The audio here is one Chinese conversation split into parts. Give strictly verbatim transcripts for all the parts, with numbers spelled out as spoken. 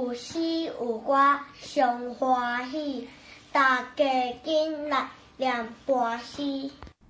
有诗有歌上欢喜，大家紧来念歌诗。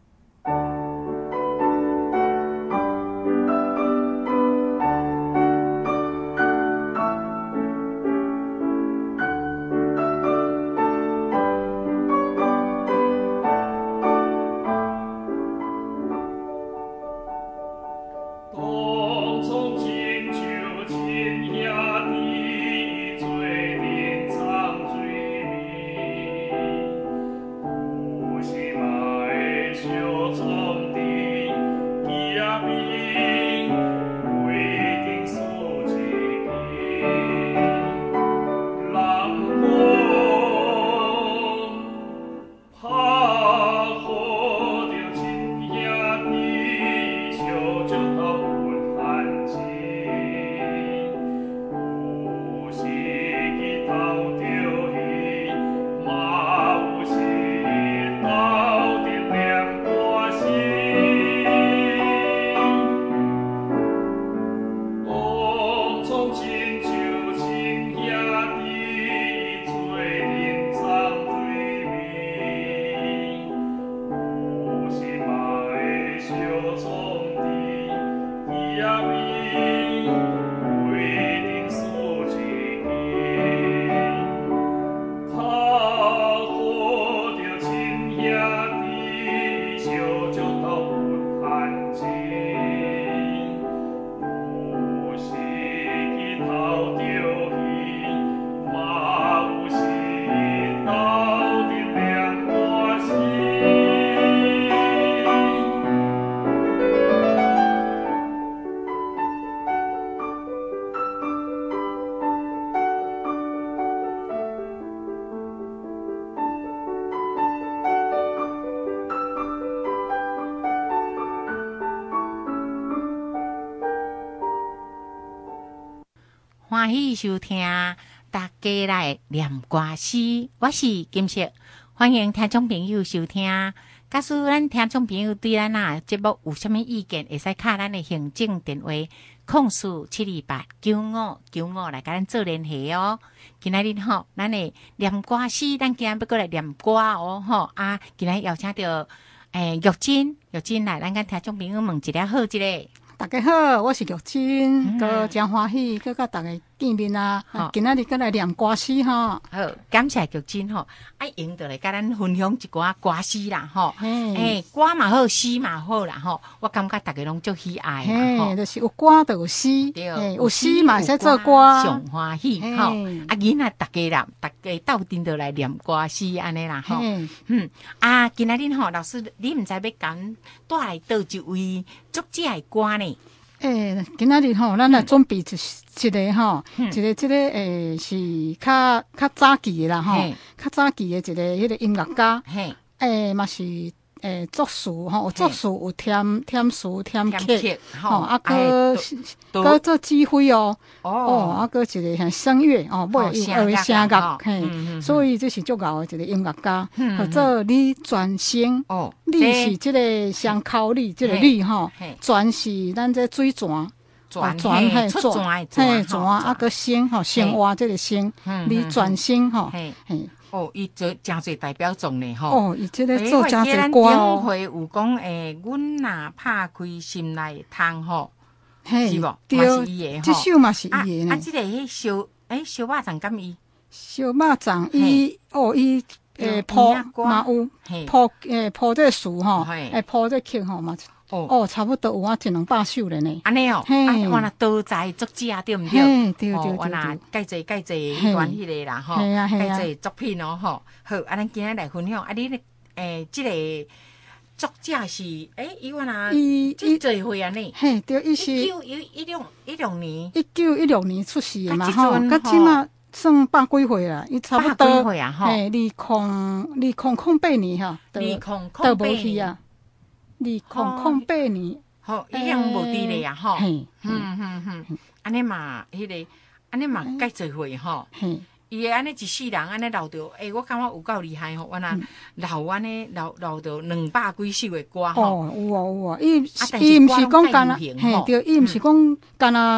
欢喜收听大家来念歌诗，我是金色，欢迎听众朋友收听。假使咱听众朋友对咱啊节目有啥物意见，会使敲咱的行政电话空四七二八九五九五来甲咱做联系哦。今仔日吼，咱的念歌诗，咱今日要过来念歌哦吼啊！今日邀请到诶玉珍，玉珍来，咱甲听众朋友问一下好一个。 大家好，我是玉珍，个真欢喜，个甲大家见面啊！今仔日过来念歌诗吼。 好，感谢玉珍吼，啊，用得来甲咱分享一寡歌诗啦吼。诶，歌嘛好，诗嘛好啦吼。我感觉大家拢足喜爱啦吼。 就是有歌就有诗， 对， 有诗嘛会使做歌， 上欢喜吼。啊，囡仔大家啦，大家斗阵就来念歌诗安尼啦吼。嗯，啊，今仔日吼，老师，你毋知要讲带来倒一位作者的歌呢？ 诶，今仔日吼，咱来准备一一个吼，一个即个诶是较较早期的啦吼，较早期的一个迄个音乐家，诶嘛是诶作词吼，有作词有添添词添曲，吼啊个个做指挥哦，哦啊个一个像声乐哦，尾有学声乐，嘿，所以这是足够的一个音乐家，或者李传星，哦，李是即个双口李，即个李吼，传是咱这水泉。泉嘿出泉嘿泉啊个星吼，星蛙这个星，李传星吼，嘿。 哦，伊做真侪代表作呢吼。 哦，伊即个做真侪歌哦。会有讲诶，阮若拍开心内窗吼，是无？ 对，即首嘛是伊诶呢。啊，即个迄烧诶烧肉粽敢伊？ 烧肉粽伊哦伊诶铺嘛有铺诶铺这树吼，诶铺这曲吼嘛。哦哦，差不多有啊一两百首了呢。 安尼哦，啊，我若多才作者对毋对？ 对对对。 我若介济介济关迄个啦吼，介济作品哦吼。好，啊，咱今日来分享啊，你诶，即个作者是诶，伊我若伊伊侪岁啊呢？ 嘿，对，伊是一九一一六一六年， 一九一六年出世的嘛吼，甲即嘛算百几岁啦，伊差不多。 百几岁啊吼。 嘿，二零二零零八年哈， 二零零八年。 二零零八年， 好，已经无伫咧啊，吼，嗯嗯嗯，安尼嘛，迄个，安尼嘛，介侪岁吼，伊安尼一世人安尼留着，诶，我感觉有够厉害吼，我若留安尼留留着两百几首的歌吼， 哦，有啊有啊，伊伊毋是讲干那，嘿，对，伊毋是讲干那，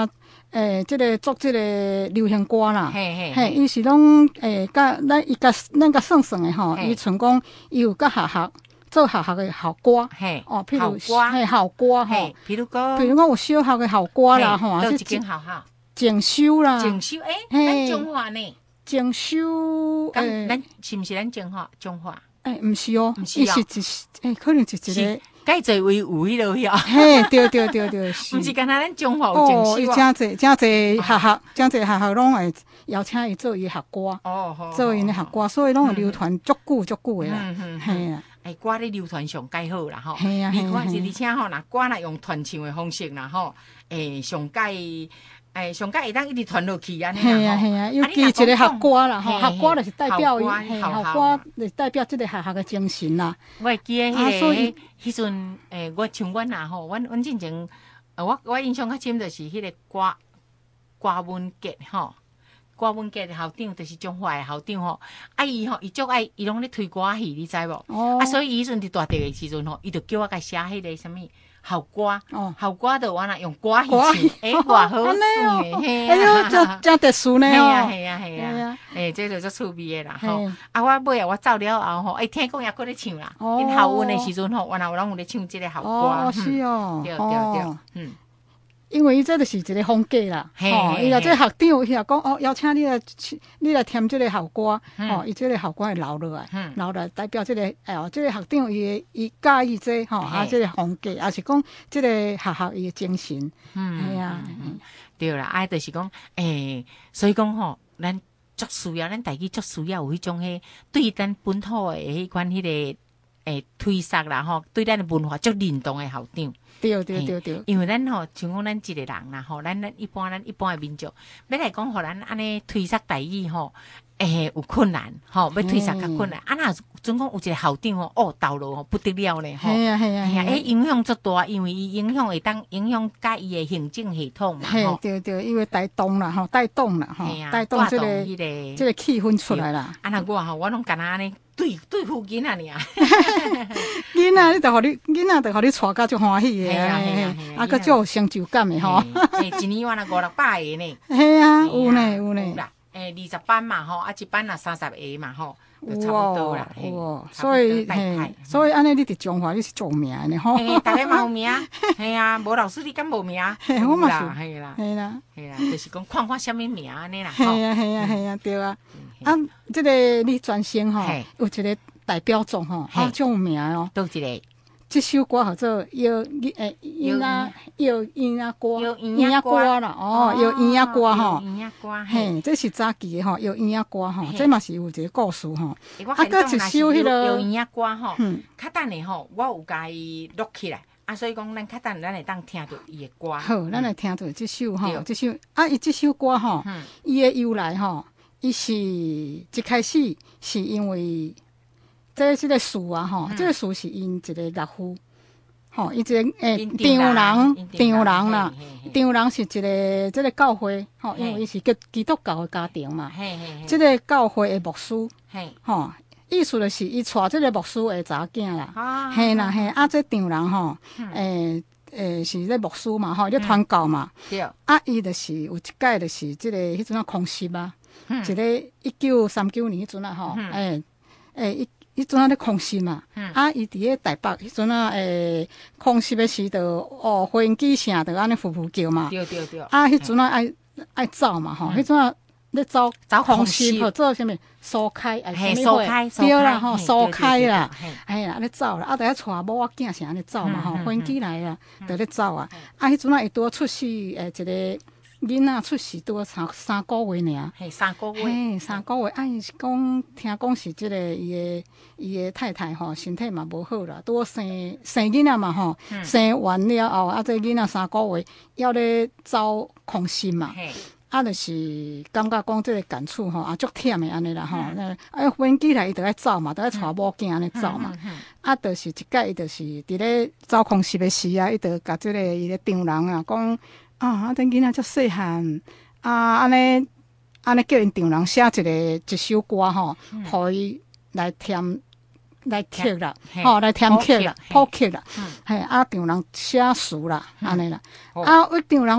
诶，即个做即个流行歌啦， 嘿嘿嘿，伊是拢诶，甲咱伊甲咱甲算算诶吼，伊像讲伊有甲学校做学校诶校歌， 嘿， 哦，譬如校嘿校歌吼， 譬如讲， 譬如讲有小学诶校歌啦，吼， 都一间学校， 静修啦， 静修，诶，咱中华呢？ 静修， 诶，咱是毋是咱中华？中华？ 诶，毋是哦， 毋是哦， 伊是一诶，可能是一个。 介侪位有迄落去哦， 嘿，对对对对， 毋是干那咱中华有正式哦，伊真侪真侪学校，真侪学校拢会邀請伊做伊校歌， 哦， 做因的校歌，所以拢会流传足久足久的啦，嘿啊， 哎，歌咧流传上介好啦吼， 嘿啊， 而且而且吼，若歌若用传唱的方式啦吼，诶，上介。诶，上届会当一直传落去安尼啦， 系啊系啊，尤其一个校歌啦，吼，校歌就是代表伊，校歌就代表即个学校的精神啦。 我会记得迄个迄阵，诶，我像阮啊吼，阮阮之前，呃，我我印象较深就是迄个歌歌文杰吼，歌文杰的校长就是中华的校长吼，啊伊吼伊足爱伊拢咧推歌戏，你知无？哦，啊，所以伊迄阵伫大地的时阵吼，伊就叫我甲写迄个什么。校歌，哦，校歌就完啦，用歌戏唱，诶，偌好耍诶，嘿啊，哎呦，真真特殊呢哦， 系啊系啊系啊，诶，这就足趣味诶啦吼。啊，我尾啊，我走了后吼，诶，听讲也搁咧唱啦，因校运诶时阵吼，原来有人有咧唱即个校歌， 哦，是哦， 对对对，嗯。 因为伊这就是一个风格啦，吼，伊若这校长伊若讲哦，邀请你来，你来添这个校歌，吼，伊这个校歌会留落来，留落来代表这个，哎呦，这个校长伊伊介意这吼，啊，这个风格，也是讲这个学校伊的精神，嗯，系啊， 对啦，啊，就是讲，诶，所以讲吼，咱足需要，咱大家足需要有迄种迄对咱本土的迄款迄个诶推萨啦吼，对咱的文化足认同的校长。 对对对对， 因为咱吼，像讲咱一个人啦吼，咱咱一般咱一般的民族，要来讲，互咱安尼推萨台语吼，诶有困难吼，要推萨较困难。啊，若准讲有一个校长吼，哦，道路吼不得了咧吼， 系啊系啊系啊， 诶影响足大，因为伊影响会当影响甲伊的行政系统嘛吼。对对，因为带动啦吼，带动啦吼，带动这个迄个这个气氛出来啦。 啊，那我吼，我拢干那安尼。对对付囡仔尔， 囡仔你著互你囡仔著互你带甲足欢喜诶，啊，啊，佮足有成就感诶吼。 诶，一年原来五六百个呢。 系啊，有呢有呢。 诶，二十班嘛吼，啊一班啊三十个嘛吼，就差不多啦。 哇，所以嘿，所以安尼你伫中华你是做名诶吼。 嘿，大家嘛有名，系啊，无老师你敢无名？ 嘿，我嘛是，系啦， 系啦， 系啦，就是讲看看什么名安尼啦。 系啊系啊系啊，对啊。啊，这个你专心吼，有一个代表作吼，啊，足有名哦。 倒一个， 这首歌叫做《摇诶摇啊摇婴仔歌》，婴仔歌啦，哦，摇婴仔歌吼。 婴仔歌， 嘿，这是早期的吼，摇婴仔歌吼，这嘛是有一个故事吼。啊，搁一首迄个摇婴仔歌吼，较等的吼，我有甲伊录起来，啊，所以讲咱较等咱会当听到伊的歌。 好，咱来听到这首吼，这首啊，伊这首歌吼，伊的由来吼。伊是一开始是因为这这个树啊吼，这个树是因一个岳父，吼，伊一个诶丈人，丈人啦，丈人是一个这个教会，吼，因为伊是个基督教的家庭嘛，这个教会的牧师，吼，意思就是伊带这个牧师的查囝啦，嘿啦嘿，啊，这丈人吼，诶诶是咧牧师嘛，吼，咧传教嘛，啊，伊就是有一届就是这个迄阵啊空袭啊。一个一九三九年迄阵啊吼，诶诶，伊迄阵啊咧空袭嘛，啊，伊伫咧台北迄阵啊，诶，空袭的时阵，哦，飞机声就安尼呼呼叫嘛， 对对对， 啊，迄阵啊爱爱走嘛吼，迄阵啊咧走走空袭，或做啥物疏开， 哎，疏开， 对啦吼，疏开啦，哎呀，咧走啦，啊，著咧带某仔囝啥安尼走嘛吼，飞机来啦，著咧走啊，啊，迄阵啊会拄出世诶一个。囡仔出世拄三三个月尔， 嘿，三个月， 嘿，三个月。啊，伊是讲听讲是即个伊的伊的太太吼，身体嘛无好啦，拄生生囡仔嘛吼，生完了后，啊，这囡仔三个月要咧走空心嘛，啊，就是感觉讲即个感触吼，啊，足忝的安尼啦吼，啊，飞机来伊著爱走嘛，著爱带某囝安尼走嘛，啊，就是一届伊就是伫咧走空心的时啊，伊著甲即个伊的丈人啊讲。啊，啊，等囡仔足细汉，啊，安尼安尼叫因丈人写一个一首歌吼，互伊来填来贴啦，吼来填贴啦，谱曲啦，嘿，啊丈人写词啦，安尼啦，啊，迄丈人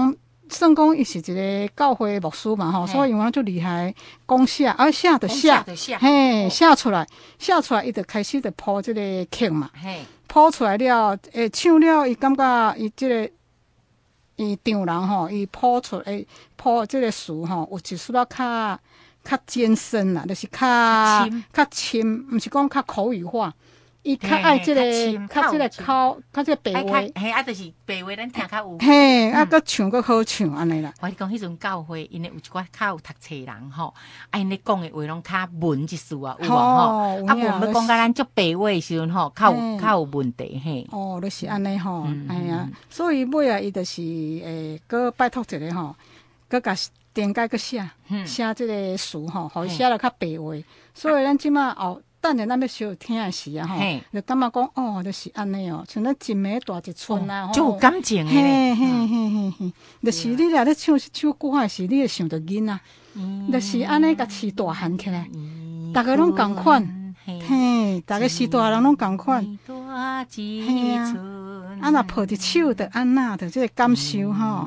算讲伊是一个教会牧师嘛吼，所以我就厉害讲写，啊写就写，嘿写出来，写出来伊就开始就铺即个曲嘛，铺出来了，诶唱了，伊感觉伊即个伊唱人吼，伊铺出诶铺即个词吼，有一丝仔较较艰深啦，就是较较深，毋是讲较口语化。伊较爱即个，较即个口，较即个白话， 嘿，啊，就是白话，咱听较有。 嘿，啊，佮唱佮好唱安尼啦。 我讲迄阵教会，因为有一寡较有读册人吼，啊，因咧讲的话拢较文一丝啊，有无吼？啊，无要讲甲咱足白话的时阵吼，较有较有问题嘿。 哦，就是安尼吼，哎呀，所以尾啊，伊就是诶，佮拜托一个吼，佮甲点解佮写，写即个词吼，互伊写了较白话，所以咱即马后。等下咱要小听的时啊，吼，就感觉讲哦，就是安尼哦，像咱真美大一村啊， 就有感情的咧， 嘿嘿嘿嘿嘿，就是你俩咧唱唱歌的时，你会想到囡仔，就是安尼甲饲大汉起来，大家拢共款，嘿，大家饲大人拢共款，嘿啊，啊若抱着手就安那，就即个感受吼。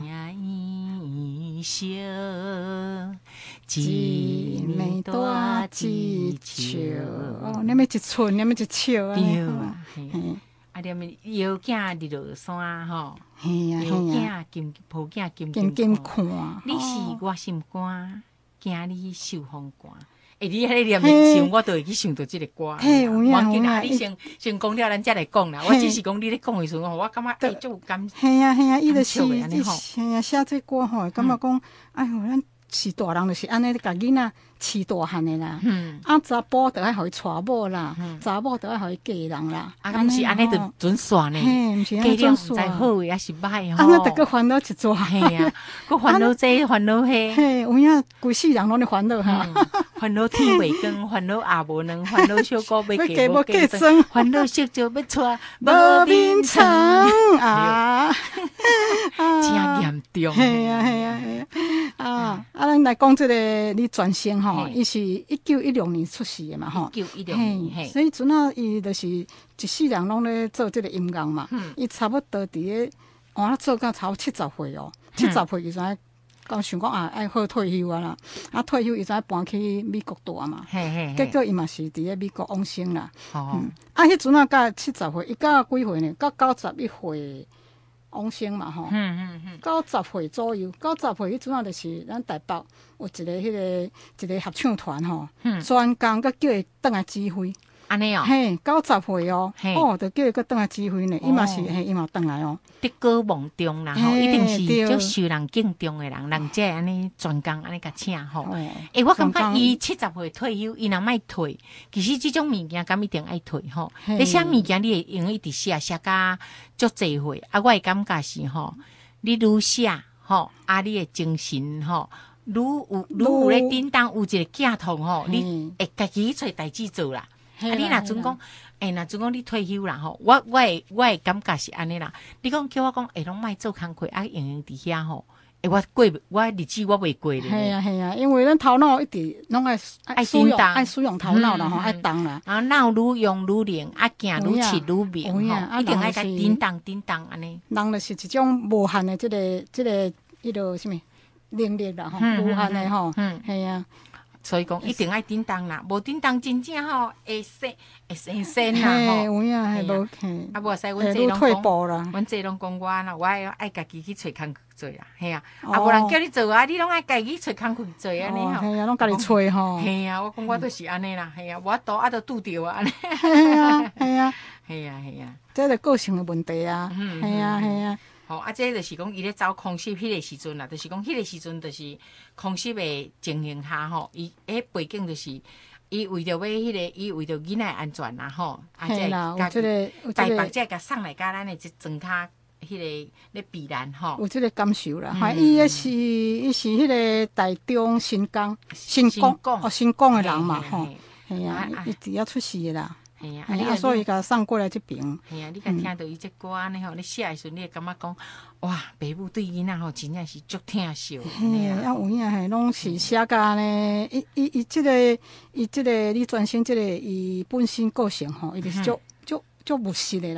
一妹大一笑，哦，念么一寸，念么一笑啊！ 对啊，啊，念么摇囝日落山吼， 嘿啊嘿啊，金抱囝金金金看， 你是我心肝，惊你受风寒。诶，你迄念的想，我就会去想到即个歌。 嘿，有影有影，你先先讲了，咱才来讲啦。我只是讲你咧讲的时阵，我感觉诶，就有感。 嘿啊嘿啊，伊就是伊嘿啊，写这歌吼，感觉讲，哎呦，咱。饲大人就是安尼，甲囡仔饲大汉的啦。嗯，啊，查甫就爱互伊娶某啦，查某就爱互伊嫁人啦。 啊，毋是安尼就准算呢？ 嘿，毋是安尼准算。 嫁了毋知好也是歹吼。啊，那得佮烦恼一撮。 嘿啊，佮烦恼这烦恼迄。 嘿，有影规世人拢咧烦恼哈。 烦恼天未光，烦恼也无能，烦恼小姑要嫁无嫁成，烦恼小舅要娶无面成啊！真严重。 嘿啊嘿啊嘿啊！啊。啊，咱来讲即个李全盛吼，伊是一九一六年出世的嘛吼， 一九一六年， 所以阵啊，伊就是一世人拢咧做即个音乐嘛，伊差不多伫咧，哇，做到差不多七十岁哦，七十岁伊才讲想讲啊，爱好退休啊啦，啊退休伊才搬去美国住嘛，结果伊嘛是伫咧美国往生啦，啊，迄阵啊，甲七十岁，伊甲几岁呢？到九十一岁。往生嘛吼，嗯嗯嗯，九十岁左右，九十岁迄阵啊，就是咱台北有一个迄个一个合唱团吼，专工佮叫伊倒来指挥， 安尼哦， 嘿，九十岁哦，哦，就叫伊佮倒来指挥呢，伊嘛是嘿，伊嘛倒来哦， 德高望重啦吼，一定是足受人敬重的人，人才安尼专工安尼甲请吼。诶，我感觉伊七十岁退休，伊若莫退，其实即种物件敢一定爱退吼。你写物件你会用一直写写甲足济岁，啊，我会感觉是吼，你愈写吼，啊，你的精神吼，愈有愈有咧叮当有一个寄托吼，你会家己去找代志做啦。啊，你若准讲，诶，若准讲你退休啦吼，我我会我会感觉是安尼啦。你讲叫我讲，诶，拢莫做工课，啊，用用伫遐吼。诶，我过我日子我袂过咧。 系啊系啊，因为咱头脑一直拢爱爱使用爱使用头脑啦吼，爱动啦。 啊，脑愈用愈灵，啊，行愈切愈明吼，一定爱甲叮当叮当安尼。 人就是一种无限的即个即个迄个什么能力啦吼，无限的吼，系啊。 所以讲一定爱叮当啦，无叮当真正吼会生会生生啦吼。 有影系无？ 啊，无使阮这拢讲，阮这拢讲我啦，我爱爱家己去找工课做啦，系啊。啊，无人叫你做啊，你拢爱家己找工课做安尼吼。 系啊，拢家己找吼。 系啊，我讲我都是安尼啦，系啊，我倒啊都拄着啊安尼。 系啊，系啊， 系啊，系啊， 这个个性的问题啊。系啊，系啊。 吼、哦，啊，这就是讲伊咧走空袭迄个时阵啦，就是讲迄个时阵就是空袭的情形下吼，伊迄背景就是伊为着要迄、那个，伊为着囡仔安全啦吼，啊， 即个台北即个送来甲咱的即装卡迄个咧避难吼， 有即个感受啦。哈、嗯，伊也是伊是迄个台中新港新港哦新港的人嘛吼，系啊，伊只要出事的啦。系啊，啊，所以甲送过来这边。 系啊，你甲听到伊这歌安尼吼，你写的时阵，你会感觉讲，哇，爸母对囡仔吼，真正是足疼惜。 嘿，啊，有影嘿，拢是写甲安尼，伊伊伊即个伊即个李全盛即个伊本身个性吼，伊就是足足足务实的啦。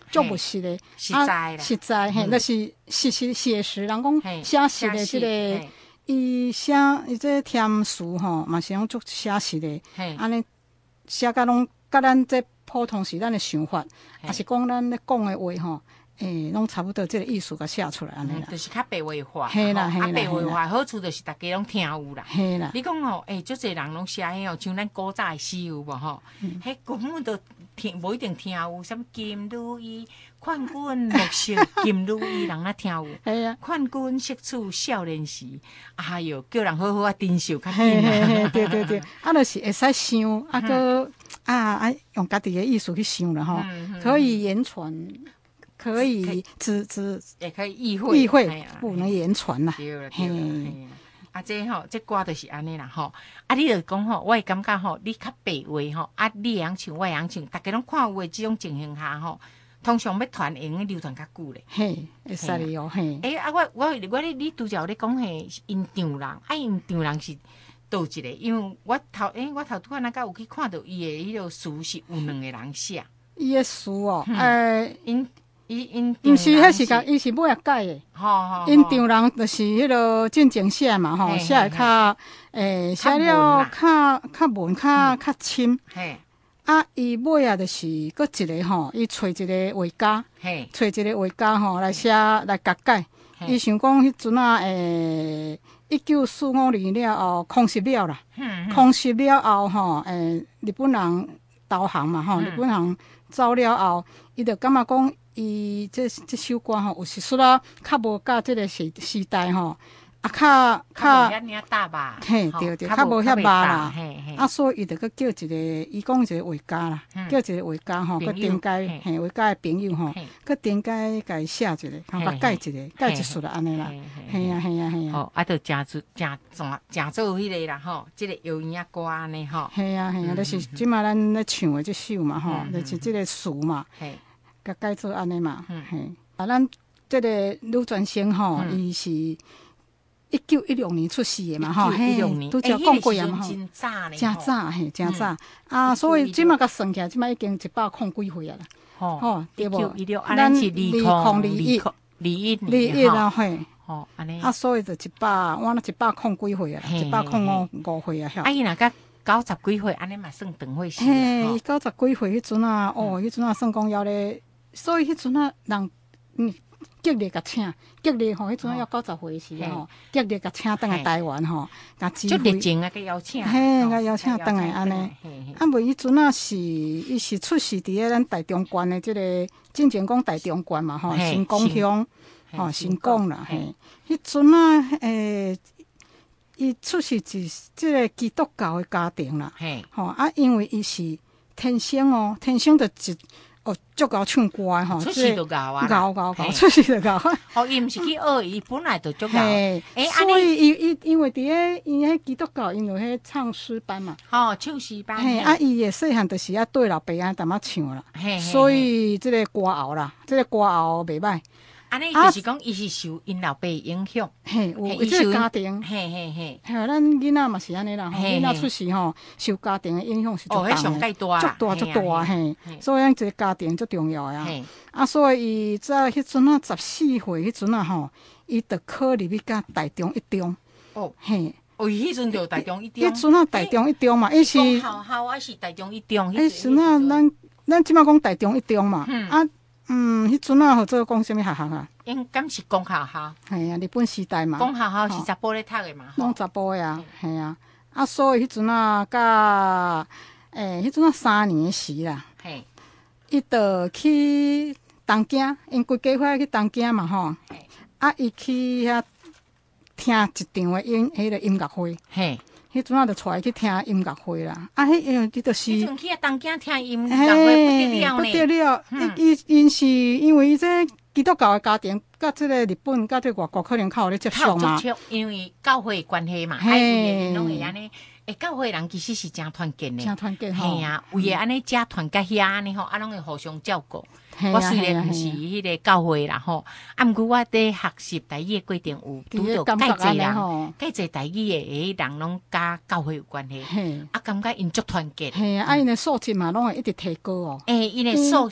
足务实的， 实在啦， 实在嘿，那是实实写实。人讲写实的这个，伊写伊这添词吼，嘛是用足写实的，安尼写甲拢甲咱这普通是咱的想法，也是讲咱咧讲的话吼。诶，拢差不多，这个意思甲写出来安尼啦， 就是较白话化， 嘿啦，嘿啦， 啊，白话化好处就是大家拢听有啦， 嘿啦。 你讲吼，诶，足侪人拢写迄哦，像咱古早的诗有无吼？迄根本都听无一定听有，什么金如意，劝君莫笑金如意，人哪听有？ 系啊， 劝君识趣少年时，哎哟，叫人好好啊珍惜较紧啊！ 对对对，啊，就是会使想，啊个啊啊，用家己的意思去想了吼，可以言传。可以只只也可以意会， 意会不能言传啦。 对了对了，啊，这吼这歌就是安尼啦吼。啊，你就讲吼，我会感觉吼，你较白话吼，啊，你会晓唱，我会晓唱，大家拢看有诶，这种情形下吼，通常要传用流传较久咧。 嘿，会使哩哦，嘿。 诶啊，我我我你你拄则咧讲嘿，因丈人，啊，因丈人是倒一个，因为我头诶，我头拄仔那个有去看到伊诶迄个词是有两个人写。 伊诶词哦，诶， 因。伊因毋是，迄是甲伊是尾仔改的。 吼吼。 因丈人就是迄落进前写嘛，吼，写会较诶，写了较较文较较深。嘿。啊，伊尾啊，就是搁一个吼，伊找一个画家，嘿，找一个画家吼来写来甲改。伊想讲迄阵啊，诶，一九四五年了后，空袭了啦。嗯。空袭了后吼，诶，日本人投降嘛，吼，日本人走了后，伊就感觉讲。伊这这首歌吼，有时说啊，较无甲这个时时代吼，啊，较较，嘿，对对，较无遐捌啦，啊，所以伊就搁叫一个，伊讲一个画家啦，叫一个画家吼，搁顶解，嘿，画家的朋友吼，搁顶解甲伊写一个，甲改一个，改一出来安尼啦，嘿啊嘿啊嘿啊， 哦，啊，就诚做诚做诚做迄个啦吼，即个摇椅歌安尼吼， 嘿啊嘿啊，就是即马咱咧唱的即首嘛吼，就是即个词嘛。甲改做安尼嘛，嘿，啊，咱这个吕传生吼，伊是一九一六年出世的嘛，吼， 嘿， 拄则讲过啊嘛，吼， 真早呢， 真早嘿，真早，啊，所以即马甲算起来，即马已经一百空几岁啊啦，吼，对无？ 咱是二空二一，二一， 二一啊，嘿， 吼，安尼， 啊，所以就一百，我那一百空几岁啊，一百空五五岁啊， 遐。啊，伊若甲九十几岁，安尼嘛算长岁时。 嘿，伊九十几岁迄阵啊，哦，迄阵啊算讲要咧。所以迄阵啊，人嗯激烈甲请，激烈吼，迄阵啊要九十岁时吼，激烈甲请倒来台湾吼，甲机会。 就热情啊，甲邀请。 嘿，甲邀请倒来安尼。啊，无迄阵啊是，伊是出世伫咧咱台中县的即个，进前讲台中县嘛吼，新港乡，吼新港啦嘿。迄阵啊，诶，伊出世是即个基督教的家庭啦。嘿。吼啊，因为伊是天生哦，天生就一。哦，足够唱歌诶吼， 出世就教啊， 教教教，出世就教。 哦，伊毋是去学，伊本来就足够。 诶，所以伊伊因为伫咧因迄基督教，因有迄唱诗班嘛。 哦，唱诗班。 嘿，啊，伊诶细汉就是啊对老爸啊淡仔唱啦。嘿，所以即个歌喉啦，即个歌喉袂歹。 安尼就是讲，伊是受因老爸影响， 嘿，有即个家庭， 嘿嘿嘿， 嘿，咱囡仔嘛是安尼啦，囡仔出世吼，受家庭的影响是足大， 足大足大足大嘿，所以咱这个家庭足重要呀。啊，所以伊在迄阵啊，十四岁迄阵啊吼，伊就考入去甲台中一中。哦，嘿， 哦，伊迄阵就台中一中。 迄阵啊，台中一中嘛，伊是。 学校还是台中一中？ 迄阵啊，咱咱即马讲台中一中嘛，啊。嗯，迄阵啊，或者讲什么学校啊？ 因敢是公校校。 系啊，日本时代嘛。 公校校是查甫咧读的嘛？ 拢查甫的啊，系啊。啊，所以迄阵啊，甲诶，迄阵啊三年时啦。嘿。伊就去东京，因规家伙去东京嘛吼。啊，伊去遐听一场的音，迄个音乐会。嘿。迄阵啊，就带去听音乐会啦。啊，迄因为伊就是。 迄阵去啊，东京听音乐会不得了呢。 不得了，伊伊因是因为伊这基督教的家庭，甲即个日本，甲即外国可能较有咧接触嘛。 因为教会关系嘛，哎，有诶拢会安尼。诶，教会人其实是真团结的， 真团结吼。 嘿啊，为安尼遮团结遐安尼吼，啊，拢会互相照顾。我虽然毋是迄个教会啦吼，啊，毋过我伫学习台语的过程有拄到介济人，介济台语的人拢甲教会有关系，啊，感觉因足团结。 嘿啊，因的素质嘛，拢会一直提高哦。 诶，因的素质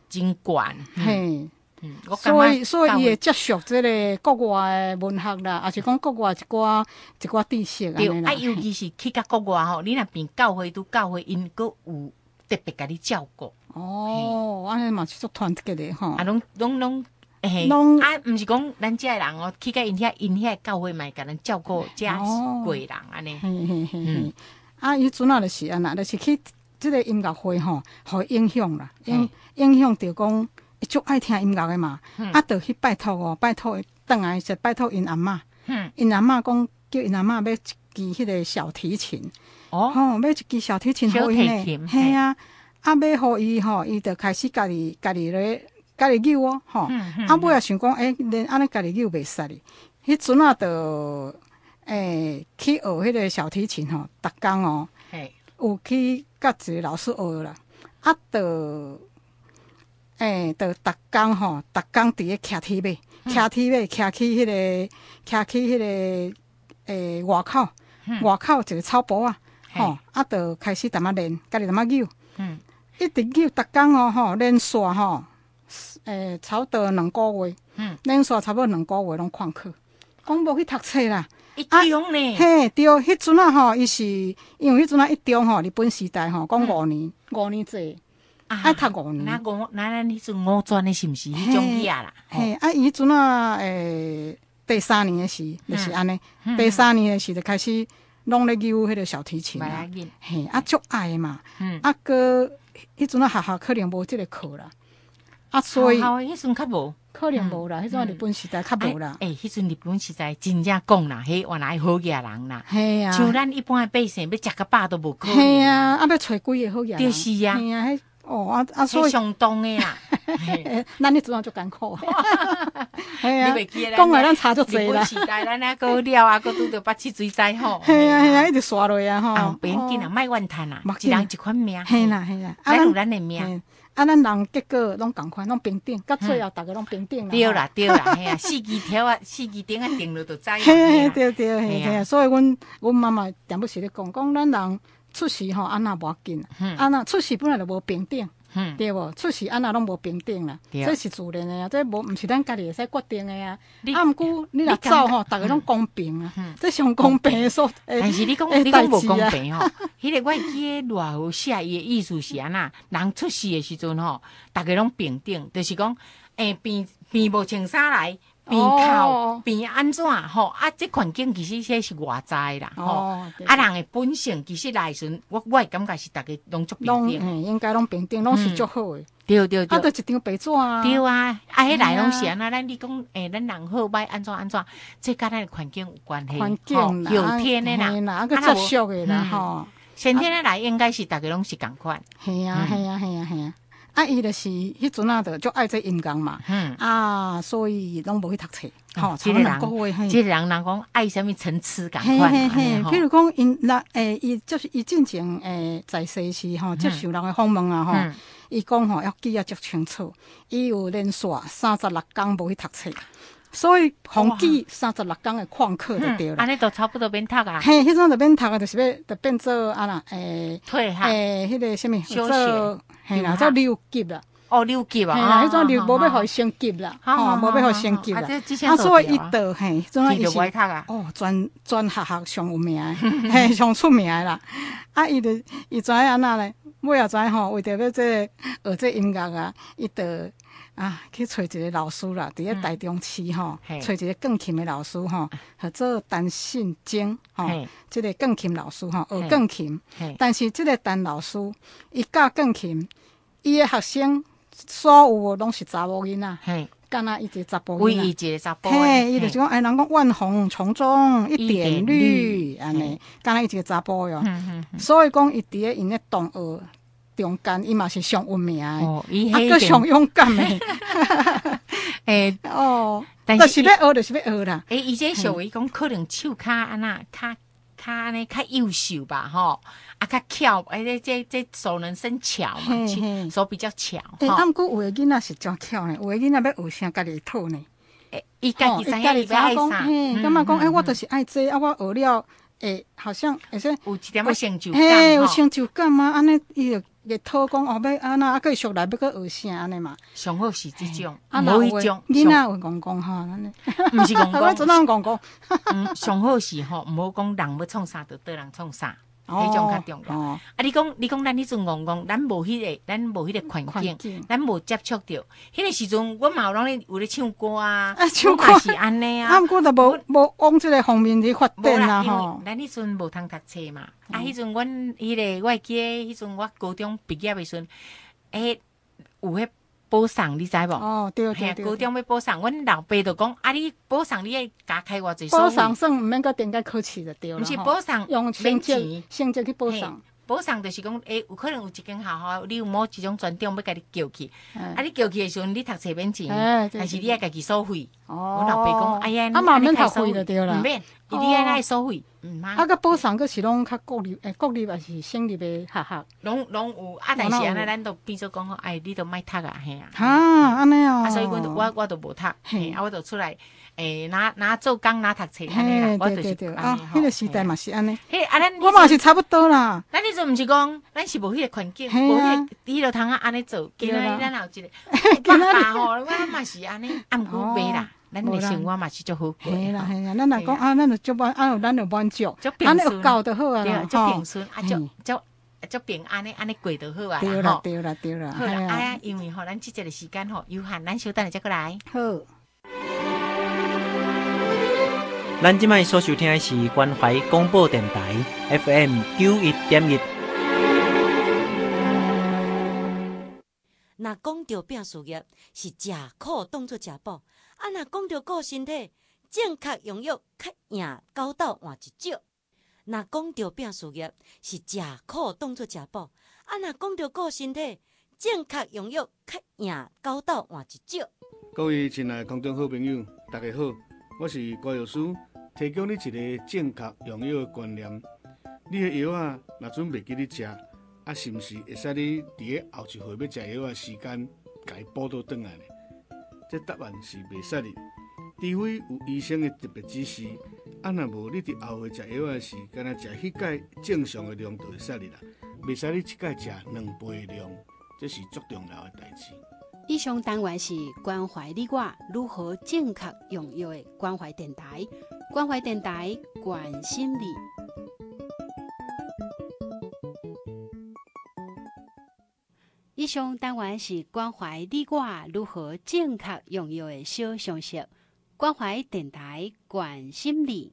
真悬， 嘿。 嗯，我所以所以伊会接触即个国外诶文学啦，也是讲国外一寡一寡知识安尼啦。 啊，尤其是去到国外吼，你若变教会拄教会，因佫有特别甲你照顾。 哦，安尼嘛是足团结的吼。 啊，拢拢拢，嘿，拢啊，毋是讲咱遮人哦，去到因遐因遐教会嘛，甲咱照顾遮贵人安尼。 嘿嘿嘿嘿。啊，伊阵啊就是安那，就是去即个音乐会吼，互影响啦，影影响着讲。伊足爱听音乐的嘛，嗯、啊，就去拜托哦，拜托转来是拜托因阿嬷，因阿嬷讲叫因阿嬷买一支迄个小提琴，哦，吼、哦，买一支小提琴互伊呢，嘿啊，啊买互伊吼，伊就开始家己家己咧家己扭哦，吼、嗯嗯，啊尾也想讲，诶、欸，连安尼家己扭袂使哩，迄阵啊，就诶去学迄个小提琴吼，逐工哦，有去甲一个老师学啦，啊，就。诶，就逐工吼，逐工伫咧徛梯尾，徛梯尾，徛去迄个，徛去迄个诶外口，外口一个草坡啊，吼，啊，就开始淡仔练，家己淡仔扭，嗯，一直扭，逐工哦，吼，练煞吼，诶，差不多两个月，嗯，练煞差不多两个月拢旷课，讲无去读册啦， 一中呢， 嘿，对，迄阵啊吼，伊是因为迄阵啊一中吼，日本时代吼，讲五年，五年制。爱读五年， 那五那咱迄阵五专的是毋是迄种嘢啦？ 嘿，啊，伊阵啊，诶，第三年的时就是安尼，第三年的时就开始拢咧扭迄个小提琴啦。嘿，啊，足爱嘛，啊，个迄阵啊，学校可能无即个课啦，啊，所以迄阵较无， 可能无啦，迄阵日本时代较无啦。 诶，迄阵日本时代真正讲啦，迄原来好野人啦， 嘿啊， 像咱一般的百姓要食个饱都无可能。 嘿啊，啊，要找几个好野人？ 就是啊， 嘿啊，迄。哦啊啊，所以相当的啦， 咱迄阵啊足艰苦，系啊，讲话咱差足济啦。 日本时代咱啊个了啊，个拄着八七水灾吼， 系啊系啊，一直刷落啊吼。 啊，别紧啊，莫怨叹啊，一人一款命。 系啦系啦， 咱有咱的命。 啊，咱人结果拢共款，拢平等，到最后逐个拢平等啦。 对啦对啦，嘿啊，四支条啊，四支顶啊定了就知。 嘿对对嘿嘿，所以阮阮妈妈点不时咧讲，讲咱人出世吼，安那无要紧，安那出世本来就无平等。嗯，对无？出世安那拢无平等啦，这是自然的啊，这无毋是咱家己会使决定的啊。啊，毋过你若走吼，逐个拢公平啊，这上公平的所。 但是你讲你讲无公平吼，迄个我记个偌有写伊的意思是安那，人出世的时阵吼，逐个拢平等，就是讲，诶，变变无穿衫来。边靠边安怎吼？啊，这环境其实这是外在啦，吼、哦。啊，人的本性其实来时，我我感觉是大家拢足平等， 嗯，应该拢平等，拢是足好的。 对对对， 啊，就一张白纸啊。 对啊，啊，迄来拢是安那，咱你讲，诶，咱人好歹安怎安怎，这甲咱的环境有关系， 环境啦，后天的啦， 啊个接触的啦，吼。 先天的来应该是大家拢是共款。 系啊，系啊，系啊，系啊。啊，伊就是迄阵啊，就足爱这音乐嘛，嗯啊，所以拢无去读册，吼， 即个人，即个人人讲爱什么层次感款， 嘿嘿嘿，譬如讲因那诶，伊就是伊进前诶在世时吼，接受人的访问啊吼，伊讲吼要记啊足清楚，伊有连续三十六工无去读册，所以红记三十六工的旷课就对了。 安尼都差不多免读啊。 嘿，迄阵就免读啊，就是要就变做啊啦，诶， 退下， 诶，迄个什么， 休学。 嘿啦，做留级啦， 哦，留级啊， 嘿啦，迄种留无要互伊升级啦，吼，无要互伊升级啦，啊，所以伊倒嘿，种啊伊是哦，全全学校上有名诶，嘿，上出名诶啦，啊，伊就伊知影安那咧，尾也知吼，为着要这学这音乐啊，伊就啊去找一个老师啦，伫咧台中市吼，找一个钢琴诶老师吼，合做陈信经吼，即个钢琴老师吼，学钢琴，但是即个陈老师伊教钢琴。伊诶学生所有拢是查某囡仔，敢若伊一个查甫囡仔， 唯一一个查甫嘿，伊就是讲，哎，人讲万红丛中一点绿，安尼，敢若伊一个查甫哟。所以讲，伊伫咧因咧同学中间，伊嘛是上有名诶，啊，个上勇敢诶。 诶， 哦，但是要学，就是要学啦。 诶，伊这属于讲可能手骹安那，较较安尼较优秀吧，吼。啊，较巧，哎，这这这手能生巧嘛，手比较巧。 哎，啊，毋过有诶囡仔是真巧呢，有诶囡仔要学啥家己讨呢。 诶，伊家己知影伊要爱啥， 嘿，感觉讲，哎，我就是爱这，啊，我学了，诶，好像会说有一点仔成就感， 嘿，有成就感嘛，安尼伊就个讨讲哦，要安那啊，继续来要搁学啥安尼嘛。 上好是即种， 啊， 无迄种。 囡仔会讲讲吼，安尼。 毋是讲讲， 我做哪讲讲？ 嗯，上好是吼，毋好讲人要创啥就对人创啥。迄种较重要。啊，你讲你讲咱迄阵戆戆，咱无迄个，咱无迄个环境，咱无接触着。迄个时阵，我嘛有拢咧有咧唱歌啊，唱歌是安尼啊。 啊，毋过就无无往即个方面去发展啦吼。 因为咱迄阵无通读册嘛。啊，迄阵阮迄个我会记得，迄阵我高中毕业的时阵，诶，有迄补偿，你知无？ 哦，对对对。 高中要补偿，阮老爸就讲，啊，你补偿你爱加开偌济收费。 补偿算毋免搁定个考试就对了。 毋是补偿， 用成绩成绩去补偿。 补偿就是讲，诶，有可能有一间学校，你有某一种专长要甲你叫去，啊，你叫去的时阵，你读册免钱，还是你爱家己收费？哦。我老爸讲，哎呀， 啊嘛免读费就对啦。 毋免，伊你爱爱收费，毋嘛。 啊，个补偿佫是拢较国立，诶，国立还是省立的学校？ 拢拢有，啊，但是安尼咱都变做讲，哎，你都莫读啊，嘿啊。 哈，安尼哦。 啊，所以阮我我都无读，嘿，啊，我就出来。诶，拿拿做工拿读册安尼啦，我就是啊，迄个时代嘛是安尼。 嘿，啊，咱我嘛是差不多啦。 咱迄阵毋是讲，咱是无迄个环境，无迄个伊就通啊安尼做。今仔日咱有一个，今仔日吼，我嘛是安尼，啊，毋过袂啦，咱的生活嘛是足好过。 嘿啦嘿啦，咱若讲啊，咱就足满，啊，咱就满足，安尼有够就好啊啦， 足平顺，啊，足足足平安尼安尼过就好啊啦。 对啦对啦对啦。 好啦，哎呀，因为吼，咱即节的时间吼有限，咱稍等下再过来。 好。 咱即摆所收听的是关怀广播电台 F M 九一点一。 若讲到拼事业，是食苦当作食补；啊，若讲到顾身体，正确用药较赢狗斗换一招。若讲到拼事业，是食苦当作食补；啊，若讲到顾身体，正确用药较赢狗斗换一招。 各位亲爱的空中好朋友，大家好，我是高药师。提供你一个正确用药的观念，你的药啊，若准袂记你食，啊，是毋是会使你伫个后一回要食药的时间，家补倒转来呢？这答案是袂使的，除非有医生的特别指示，啊，若无你伫后回食药的时，干那食迄届正常的量就会使你啦，袂使你一届食两倍的量，这是足重要的代志。 以上单元是关怀你我如何正确用药的关怀电台。关怀电台，关心你。以上单元是关怀你我如何正确用药的小常识。关怀电台，关心你。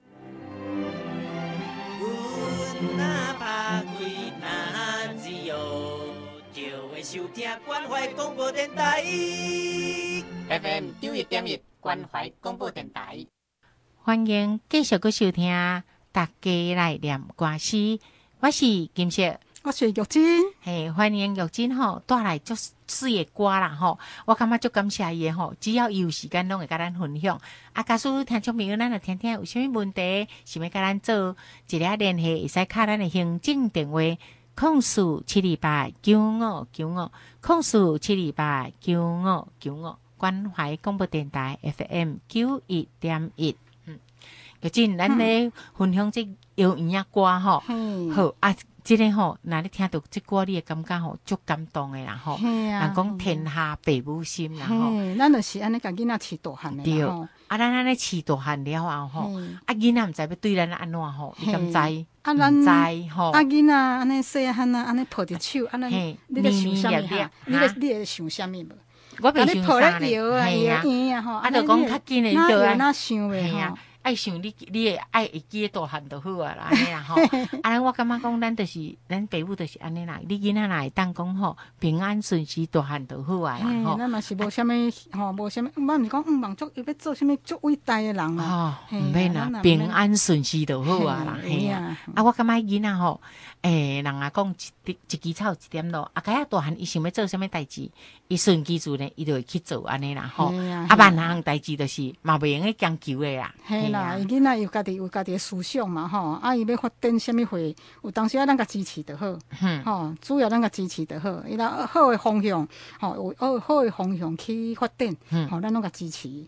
哪怕贵哪自由，就会收听关怀广播电台 F M 九一点一关怀广播电台。欢迎继续去收听，大家来念歌诗。我是金色， 我是玉珍。 嘿，欢迎玉珍吼带来足水的歌啦吼。我感觉足感谢伊吼，只要伊有时间，拢会甲咱分享。啊，假使听众朋友，咱来听听有啥物问题，想要甲咱做一个联系，会使敲咱的行政电话：空四七二八九五九五，空四七二八九五九五。关怀广播电台 F M 九一点一。玉珍，咱咧分享这摇椅啊歌吼，好啊，这个吼，若你听到这歌，你会感觉吼足感动的啦吼。人讲天下父母心啦吼， 咱就是安尼甲囡仔饲大汉的对，啊，咱安尼饲大汉了后吼，啊囡仔毋知要对咱安怎吼，你敢知？ 啊，咱知吼， 啊囡仔安尼细汉啊，安尼抱着手，安尼，你咧想啥物哈？你咧你咧想啥物无？ 我袂想啥咧， 系啊，系啊，吼， 啊，就讲较紧的，你就安那想袂吼。 爱想你，你会爱会记得大汉就好啊啦，安尼啦吼。啊，我感觉讲，咱就是咱父母就是安尼啦。你囡仔若会当讲吼，平安顺遂大汉就好啊啦吼。 咱嘛是无啥物吼，无啥物，毋是讲毋望足要做啥物足伟大的人啦。 吼，毋免啦，平安顺遂就好啊啦，嘿啊。啊，我感觉囡仔吼，诶，人啊讲一一枝草一点露，啊，该大汉伊想要做啥物代志，伊顺其自然，伊就会去做安尼啦吼。啊，万项代志就是嘛袂用去强求的啦。 啦，伊囡仔有家己有家己的思想嘛吼，啊，伊要发展什么货，有当时啊，咱甲支持就好，吼，主要咱甲支持就好，伊若好的方向，吼，有好好的方向去发展，吼，咱拢甲支持。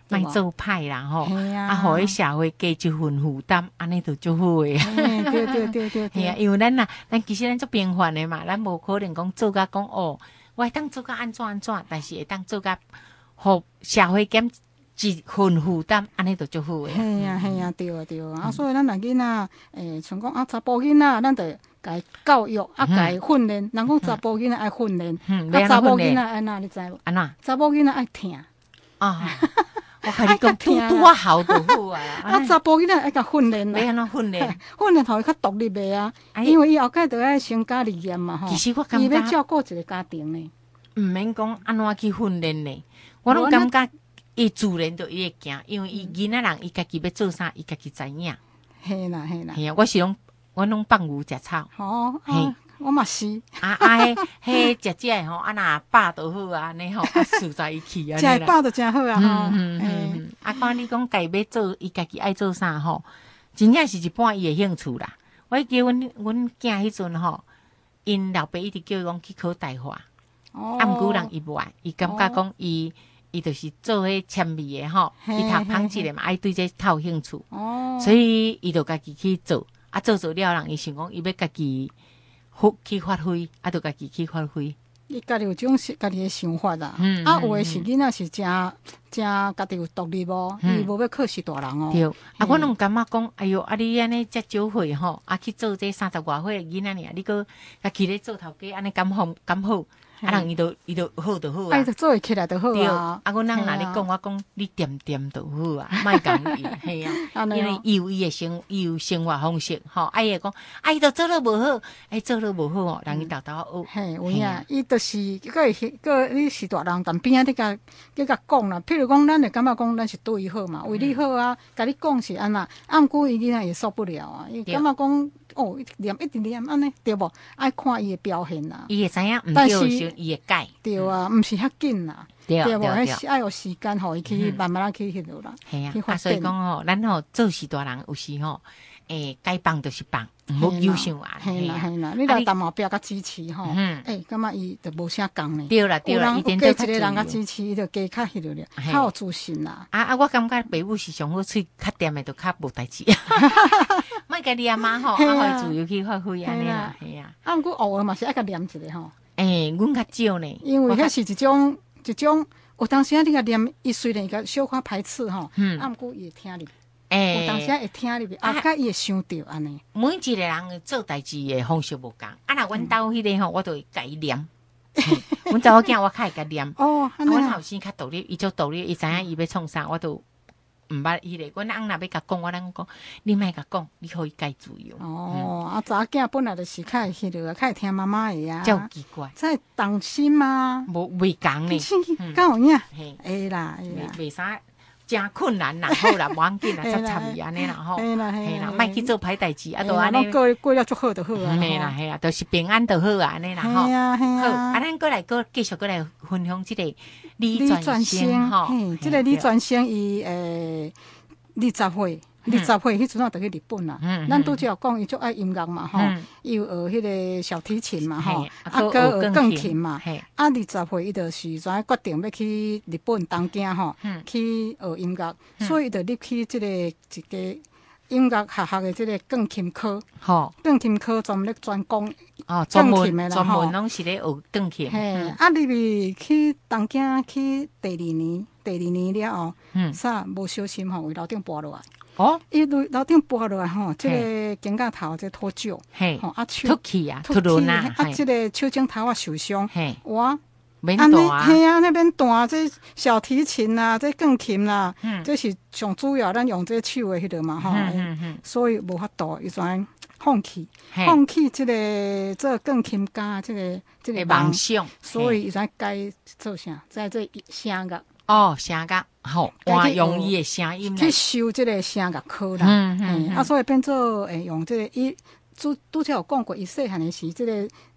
卖做歹啦吼，啊，互迄社会加一份负担，安尼就足好诶。 对对对对对， 啊，因为咱呐，咱其实咱足平凡诶嘛，咱无可能讲做甲讲哦，我会当做甲安怎安怎，但是会当做甲互社会减一份负担，安尼就足好诶。 系啊系啊，对啊对啊，啊，所以咱若囡仔，诶，像讲啊查甫囡仔，咱得甲伊教育，啊，甲伊训练。人讲查甫囡仔爱训练，啊，查某囡仔爱哪，你知无？ 安怎？ 查某囡仔爱听啊。我甲你讲，拄拄啊好就好啊！ 啊，查甫囡仔爱甲训练啦， 要安怎训练？ 训练互伊较独立诶啊，因为伊后盖着爱成家立业嘛吼。 其实我感觉伊要照顾一个家庭呢， 毋免讲安怎去训练呢？我拢感觉伊自然就伊会行，因为伊囡仔人伊家己要做啥，伊家己知影。 嘿啦嘿啦， 嘿啊，我是拢我拢放牛食草。 哦，嘿，我嘛是。 啊啊，迄迄食食诶吼，啊若饱就好啊，安尼吼，啊自在伊去啊。 食饱就真好啊吼。 嗯嗯嗯。啊，看你讲家己要做，伊家己爱做啥吼，真正是一半伊诶兴趣啦。我记阮阮囝迄阵吼，因老爸一直叫伊讲去考大化，啊毋过人伊无爱，伊感觉讲伊。伊就是做迄纤维诶吼，伊读纺织诶嘛，爱对这较有兴趣，所以伊就家己去做，啊做做了，人伊想讲伊要家己发去发挥，啊就家己去发挥。 伊家己有种家己诶想法啦，嗯、啊有诶是囡仔是真真家己有独立无，伊无、嗯、要靠是大人哦。 对，啊我拢感觉讲，哎哟，啊你安尼遮少岁吼，啊去做这三十外岁诶囡仔尔，你搁家己咧做头家，安尼敢好敢好？啊，人伊就伊就好就好啊， 啊，就做会起来就好啊。 啊，阮人若咧讲，我讲你点点就好啊，莫讲伊，系啊，因为伊有伊诶生，伊有生活方式，吼，啊伊会讲，啊伊都做了无好，哎做了无好哦，人伊豆豆学。 嘿，有影，伊就是佫会佫你是大人，但边仔你甲你甲讲啦，譬如讲，咱会感觉讲咱是对伊好嘛，为你好啊，甲你讲是安那，啊毋过伊囡仔也受不了啊，伊感觉讲。哦，一直念一直念安尼，对无？爱看伊诶表现啦。 伊会知影，毋对时伊会改。 对啊，毋是遐紧啦。 对无？迄爱有时间，互伊去慢慢去迄落啦。 系啊，啊，所以讲吼，咱吼做事大人有时吼，诶，该放就是放，毋好忧伤啊。 系啦系啦，你来淡薄表甲支持吼，诶，感觉伊就无啥讲呢。 对啦对啦， 伊加一个人甲支持，伊就加较迄落了，较有自信啦。 啊啊，我感觉爸母是上好，喙较掂诶，就较无代志。莫甲你阿妈吼，啊，互自由去发挥安尼啦，系啊。 啊，毋过偶尔嘛是爱甲念一个吼。 诶，阮较少呢， 因为迄是一种一种，有当时啊，你甲念，伊虽然伊甲小可排斥吼，啊，毋过伊会听入。诶，有当时会听入去，啊，甲伊会想着安尼。 每一个人做代志诶方式无共，啊，若阮兜迄个吼，我就会甲伊念。阮查某囝我较会甲念。 哦， 啊，阮后生较独立，伊做独立，伊知影伊要创啥，我都。毋捌迄个，阮翁若要甲讲，我咱讲，你莫甲讲，你可以家自由。 哦，啊，查囝本来就是较会迄落，较会听妈妈的啊。 真奇怪， 才会动心嘛。 无袂共呢， 敢有影？会啦，会啦。 袂啥真困难啦，好啦，无要紧啦，才参与安尼啦吼。 嘿啦嘿啦，莫去做歹代志，啊，都安尼。 过过了足好就好啊。 嘿啦嘿啦，都是平安就好啊，安尼啦吼。 嘿啊嘿啊。 好，啊，咱过来过继续过来分享即个李转生吼。 嘿，即个李转生伊诶。二十岁，二十岁迄阵啊，就去日本啦。咱拄则有讲，伊足爱音乐嘛，吼，伊有学迄个小提琴嘛，吼，啊，搁学钢琴嘛。啊，二十岁伊就是怎决定要去日本东京吼，去学音乐，所以伊就入去即个一个音乐学校的即个钢琴科。吼，钢琴科专咧专攻哦，专门专门拢是咧学钢琴。 嘿，啊，入去去东京去第二年。第二年了后，啥无小心吼，为楼顶跌落来。哦，伊楼楼顶跌落来吼，即个肩胛头即脱臼， 吼啊手脱去啊，脱落啦， 啊，即个手指头啊受伤，哇， 免弹啊， 系啊，那边弹这小提琴啦，这钢琴啦，这是上主要咱用这手的迄个嘛吼，所以无法度，伊全放弃，放弃即个做钢琴家，即个即个梦想， 所以伊全该做啥，在这声乐。 哦，声乐吼，换用伊诶声音去修即个声乐课啦。嗯嗯，啊，所以变做诶，用即个伊拄拄则有讲过，伊细汉诶时，即个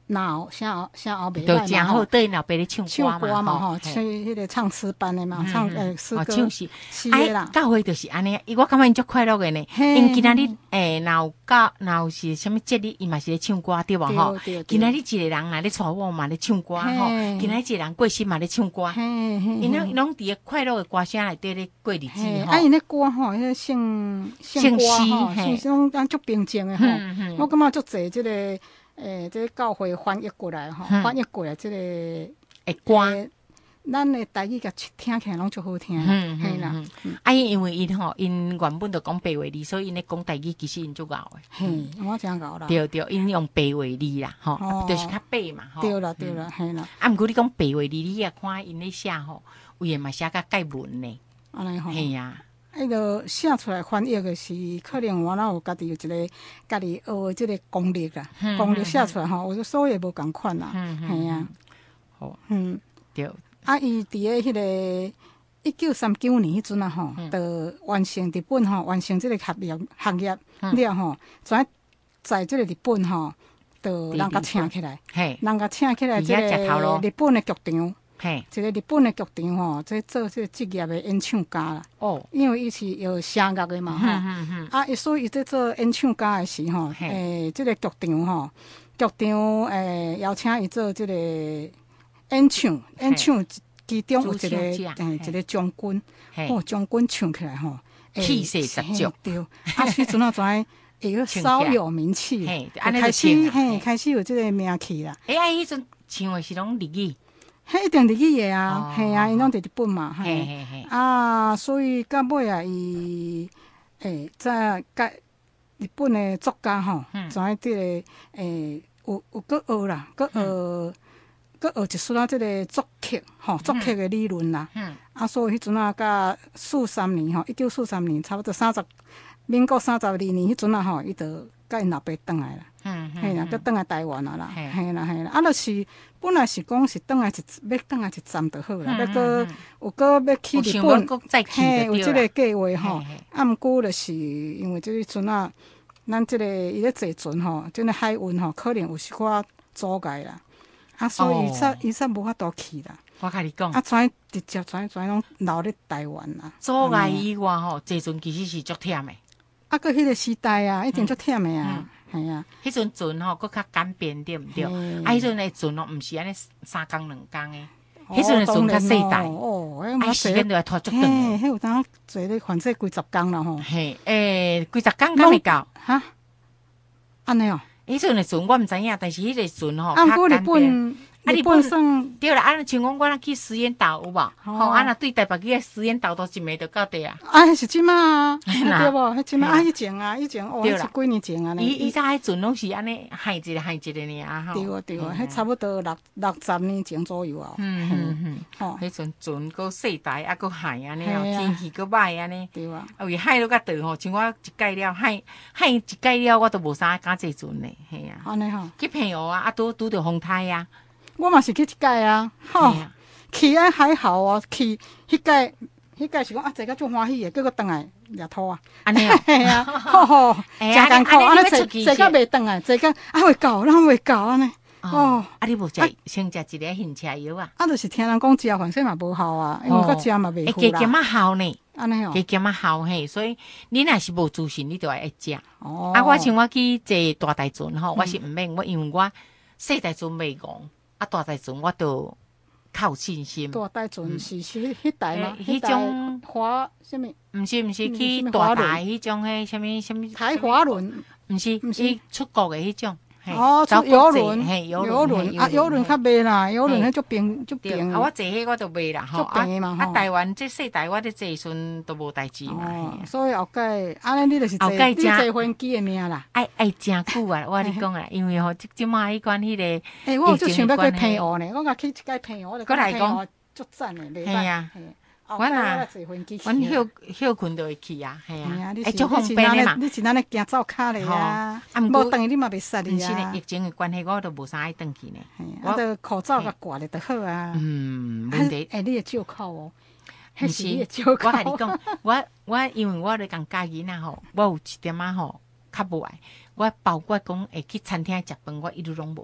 脑声声后袂就歹嘛， 真好，对老爸咧唱唱歌嘛吼， 嘿去迄个唱诗班的嘛，唱诶诗哦， 歌唱诗， 诗的啦。 教会就是安尼，我感觉因足快乐的呢。 嘿因今仔日诶，若有教，若有是啥物节日，伊嘛是咧唱歌对无吼？ 对对对今仔日一个人若咧带我嘛咧唱歌吼， 嘿今仔日一个人过生嘛咧唱歌， 嘿嘿因拢拢伫个快乐的歌声内底咧过日子嘿， 吼啊，。因咧歌吼，迄个圣圣歌吼， 嘿是种咱足平静的吼嗯嗯。 我感觉足济即个诶，即个教会翻译过来吼， 嗯翻译过来即个诶歌， 诶咱的台语甲听起来拢足好听的， 嗯嘿啦， 嗯嗯，啊因因为因吼，因原本就讲白话字，所以因咧讲台语其实因足敖的。 嘿，我真搞啦。 对对，因用白话字啦，吼哦， 就是较白嘛，吼。 对啦对啦，嘿啦， 啊，毋过你讲白话字，你也看因咧写吼，有诶嘛写甲介文呢， 安尼吼。 嘿呀， 迄个写出来翻译的是，可能我那有家己有一个家己学的即个功力啦， 嗯功力写出来吼，有时所以无共款啦， 嗯嗯嘿啊， 好， 嗯， 对， 啊，伊伫个迄个一九三九年迄阵啊吼，就完成日本吼，完成即个学业学业了吼，在在即个日本吼，就人甲请起来， 嘿， 人甲请起来即伫遐食头路个日本的剧场。 嘿， 一个日本的剧场吼，即做即个职业的演唱家啦。 哦， 因为伊是有声乐的嘛吼， 嗯嗯啊，伊所以伊在做演唱家的时吼， 嘿诶，即个剧场吼，剧场诶邀请伊做即个演唱，演唱其中有一个主唱者诶嘿一个将军， 嘿， 哦，将军唱起来吼，诶气势十足嘿对，啊，时阵啊才会个稍有名气， 嘿就安尼就开始唱啊嘿嘿开始有即个名气啦。 哎，啊，迄阵唱的是拢日语， 迄一定日语的啊哦， 嘿啊，因拢伫日本嘛， 嘿嘿。 嘿嘿， 啊，所以到尾啊，伊诶，在甲日本的作家吼， 嗯像迄个诶，有有搁学啦，搁学，搁学一丝仔即个作曲吼，作曲的理论啦。 嗯， 啊，所以迄阵啊，甲四三年吼，一九四三年，差不多三十，民国三十二年迄阵啊吼，伊就甲因老爸转来啦。 嗯嘿啦，佮转来台湾啊啦， 嘿嘿啦嘿啦，啊，就是本来是讲是转来一要转来一站就好啦，要搁有搁要去日有想本， 要再去嘿，有即个就对啦， 计划吼嘿嘿。 啊，毋过就是因为即个阵啊，咱即个伊咧坐船吼，即个海运吼，可能有时寡阻碍啦，啊，所以伊哦煞伊煞无法度去啦， 我甲你讲啊，，全直接全全拢留咧台湾啦。 阻碍以外吼，坐船其实是足忝的。 啊，搁迄个时代啊，一定足忝的啊，系啊， 迄阵船吼，佫较简便对毋对？啊， 嘿迄阵的船哦，毋是安尼三工两工的，迄阵的船较细台， 哦， 啊， 迄时间都要拖足长嘿， 的。 迄有当坐咧反正几十工啦吼， 嘿，诶，几十工敢会到？ 哈，安尼哦， 迄阵的船我毋知影，但是迄个船吼， 啊，毋过日较简便。 本啊日日本本算对啦，啊，像讲我若去实验岛有无？吼，啊，若对台北去实验岛都一暝就到底啊。 啊，迄是即马啊， 啦对无？迄即马嘿啊，以前啊，以前哦， 对啦迄是几年前啊呢？ 伊伊早迄阵拢是安尼害一个害一个尔吼。 对啊对啊，迄差不多六六十年前左右啊， 嗯嗯嗯， 吼， 迄阵船搁细台，啊搁海安尼哦， 嘿啊天气搁歹安尼。 对啊， 啊，为海都较长吼，像我一届了海海一届了，我都无啥敢坐船呢，嘿啊， 安尼吼， 去澎湖啊，啊拄拄着风台啊， 我嘛是去一届啊，吼嘿，啊， 去啊还好哦，去迄届迄届是讲啊，坐甲足欢喜的，结果倒来掠土啊。 安尼哦， 嘿啊，吼吼， 哎真艰苦， 安尼安尼坐你要出去坐到袂转来，坐到啊袂到，咱袂到安尼。 哦哦， 啊你无食啊先食一个晕车药啊， 啊，就是听人讲食啊，反正嘛无效啊，因为哦个食嘛袂会好啦。 加减啊效呢， 安尼哦加，减啊效嘿，所以你若是无自信，你就要爱食。 哦， 啊，我像我去坐大台船吼，我是毋免，我因为我细台船袂戆，啊大台船我都较有信心。 大台船是是迄台嘛， 诶迄种华什么毋是毋是嗯去什么滑轮大台迄种迄什物什物台华轮毋是毋是伊出国的迄种。嘿哦， 走出游国际轮， 嘿游游轮轮啊，游轮较袂啦，游轮嘿迄足平足对， 平啊，我坐迄我都袂啦吼， 足平的嘛啊， 吼啊，台湾这细台我咧坐船都无代志嘛， 哦嘿， 所以后盖安尼你就是坐后盖真你坐飞机的命啦。 爱爱真久啊，我跟你讲啊，因为吼即即马迄款迄个， 诶，我有就想要去疫情的关系澎湖呢，我甲去一届澎湖，我就搁来讲澎湖足赞的，袂嘿啊歹。嘿后摆我若我来坐飞机去啊。 阮休休困就会去啊，系嘿啊， 啊， 你是会足方你是便的嘛咱咧，。你是咱咧行走卡咧啊， 吼啊毋无过等于你嘛袂使毋哩啊是呢，疫。情的关系，我都无啥爱转去呢。 嘿我啊，着口罩甲挂咧就好啊。 嗯， 啊问题诶，你会照扣哦， 毋迄是你会是， 照我扣。 甲你讲，我我因为我咧共家己呐吼，我有一点仔吼较无爱，我包括讲会去餐厅食饭，我一路拢无。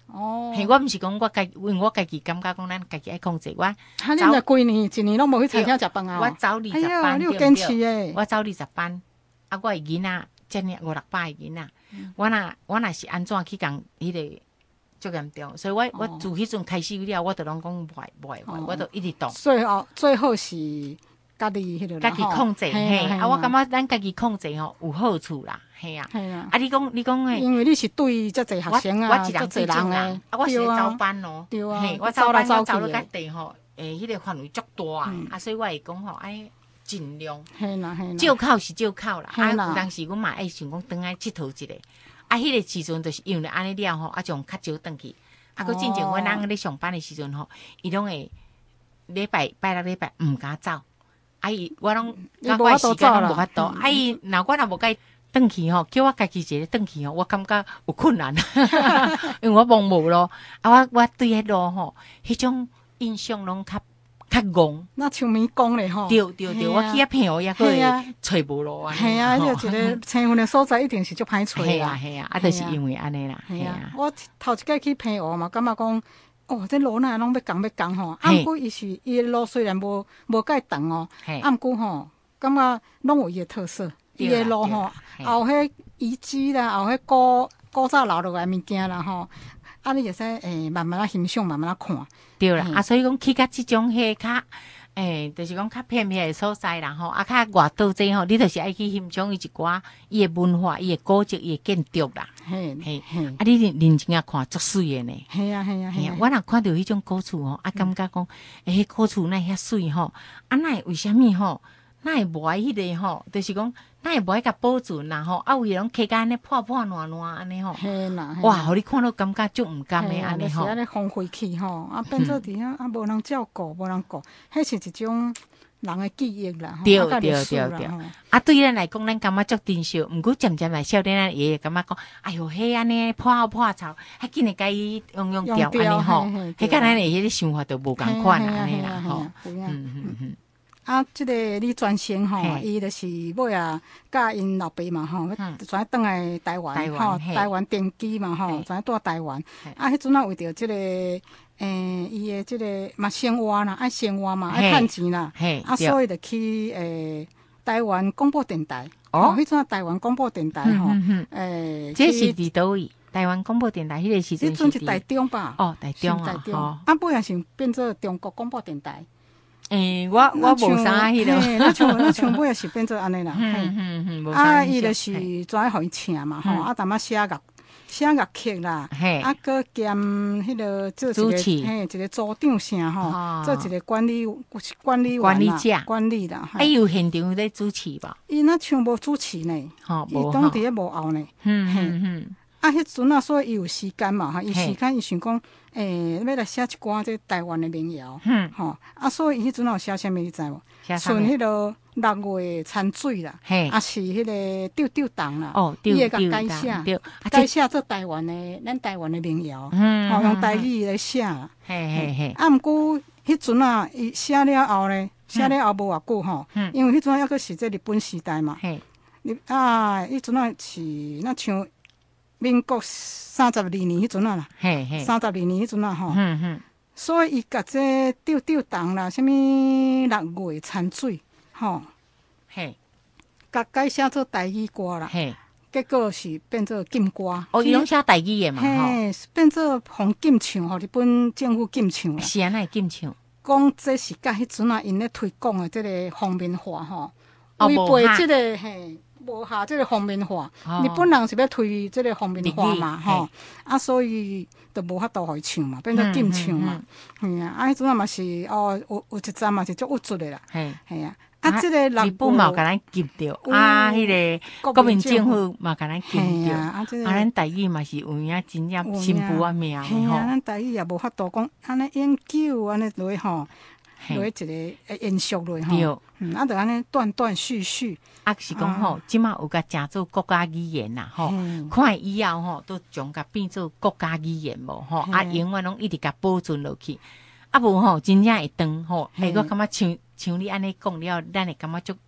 哦， 嘿，我毋是讲我家，因为我家己感觉讲咱家己爱控制我。 哈，你若规年一年拢无去餐厅食饭啊？ 我走二十班， 哎呀，你有坚持诶。 我走二十班，啊，我诶囡仔，遮尔五六百个囡仔，我若我若是安怎去共迄个足严重，所以我我自迄阵开始了，我就拢讲袂袂袂，我就一直动。 最后最后是。家己迄个家己控制，嘿，啊，我感觉咱家己控制吼有好处啦，嘿啊，啊，你讲你讲诶， 因为你是对遮济学生啊， 我一人对人诶，啊，我是走班咯， 对啊， 嘿，我走班我走到甲地吼，诶，迄个范围足大啊，啊，所以我会讲吼，爱尽量， 嘿啦嘿啦， 照考是照考啦，啊，有当时阮嘛爱想讲转来佚佗一下，啊，迄个时阵就是因为安尼了吼，啊，从较少转去，啊，佮进前阮人咧上班诶时阵吼，伊拢会礼拜拜六礼拜毋敢走。啊伊，我拢我我时间拢无法度。啊伊，若我若无甲伊转去吼，叫我家己一个转去吼，我感觉有困难，因为我忙无咯。啊，我我对迄路吼，迄种印象拢较较戆。 那像咪讲咧吼。 对对对，我去遐偏学也去找无路啊。 系啊，就一个青云的所在，一定是足歹找啦。 系啊系啊，啊，就是因为安尼啦。 系啊，我头一届去偏学嘛，感觉讲。哦，这路哪拢要讲要讲吼，啊，毋过伊是伊的路虽然无无介长哦，啊，毋过吼，感觉拢有伊的特色。伊的路吼，后迄遗迹啦，后迄古古早留落来物件啦吼，啊，你会使诶慢慢啊欣赏，慢慢啊看。 对啦，啊，所以讲去到即种迄较。诶，就是讲较偏僻诶所在啦吼，啊，较外岛这吼，你就是爱去欣赏伊一寡伊诶文化、伊诶古迹、伊诶建筑啦。嘿，嘿，啊，你认认真啊看，足水诶呢。 系啊，系啊，系啊。 我若看到迄种古厝吼，啊，感觉讲，诶，迄古厝那遐水吼，啊，那会为虾米吼？那会无爱迄个吼？就是讲，那会无爱甲保存啦吼？啊，有人起甲安尼破破烂烂安尼吼。 嘿啦， 哇，互你看到感觉足毋甘诶安尼吼。 就是安尼荒废去吼，啊，变做伫遐啊，无人照顾，无人顾，迄是一种人诶记忆啦。 对对对对。啊，对咱来讲，咱感觉足珍惜。毋过渐渐来少年咱爷爷感觉讲，哎哟，迄安尼破破草，还紧诶甲伊用用掉安尼吼，迄甲咱诶迄个想法都无共款安尼啦吼。嗯嗯嗯。 啊，即个李专生吼，伊就是尾啊，甲因老爸嘛吼，全倒来台湾吼，台湾定居嘛吼，全住台湾。啊，迄阵啊为着即个，诶，伊的即个嘛生活啦，爱生活嘛，爱趁钱啦，啊，所以就去诶台湾广播电台。哦，迄阵啊台湾广播电台吼，诶， 这是伫倒位？台湾广播电台迄个时阵是？迄阵是台中吧？ 哦，台中啊， 吼。啊，尾啊是变做中国广播电台。 诶，我我无啥迄个，那像那像尾也是变做安尼啦。嗯嗯嗯，啊，伊就是专互伊请嘛吼，啊，淡仔写乐写乐曲啦，啊，搁兼迄个做一个嘿一个组长啥吼，做一个管理管理管理者管理啦。 哎，有现场咧主持吧？ 伊那像无主持呢，伊当伫咧幕后呢。嗯嗯嗯。啊，迄阵啊，所以伊有时间嘛，哈，伊时间伊想讲，诶，要来写一寡这台湾的民谣，嗯，吼，啊，所以伊迄阵有写啥物你知无？剩迄个六月残水啦，啊是迄个丢丢档啦， 哦， 伊会甲改写，改写做台湾的，咱台湾的民谣，嗯，吼，用台语来写，嘿嘿嘿。啊，毋过迄阵啊，伊写了后咧，写了后无偌久吼，因为迄阵抑个是这日本时代嘛，嘿，啊，迄阵啊是那像。民国三十二年迄阵啊啦，三十二年迄阵啊吼，所以伊甲这丢丢档啦，什物六月残水吼，嘿，甲改写做台语歌啦，嘿，结果是变做禁歌。 哦，伊拢写台语诶嘛， 嘿，变做互禁唱，互日本政府禁唱啦。 是安尼禁唱？ 讲这是甲迄阵啊，因咧推广诶，即个方面化吼，违背即个嘿。无下即个方面化，日本人是要推即个方面化嘛，吼，啊，所以就无法度互伊唱嘛，变做禁唱嘛，嘿啊，啊，迄阵啊嘛是哦，有有一站嘛是足有出的啦，嘿，嘿啊，啊，即个日本嘛甲咱禁着，啊，迄个国民政府嘛甲咱禁着，啊，咱台语嘛是有影真正新妇啊命嘿啊，咱台语也无法度讲安尼永久安尼落吼。落一个诶延续落吼，嗯，啊，就安尼断断续续。 啊，是讲吼，即马有甲成做国家语言啦，吼，看以后吼，都将甲变做国家语言无吼，啊，永远拢一直甲保存落去。啊，无吼，真正会长吼，诶，我感觉像像你安尼讲了，咱会感觉足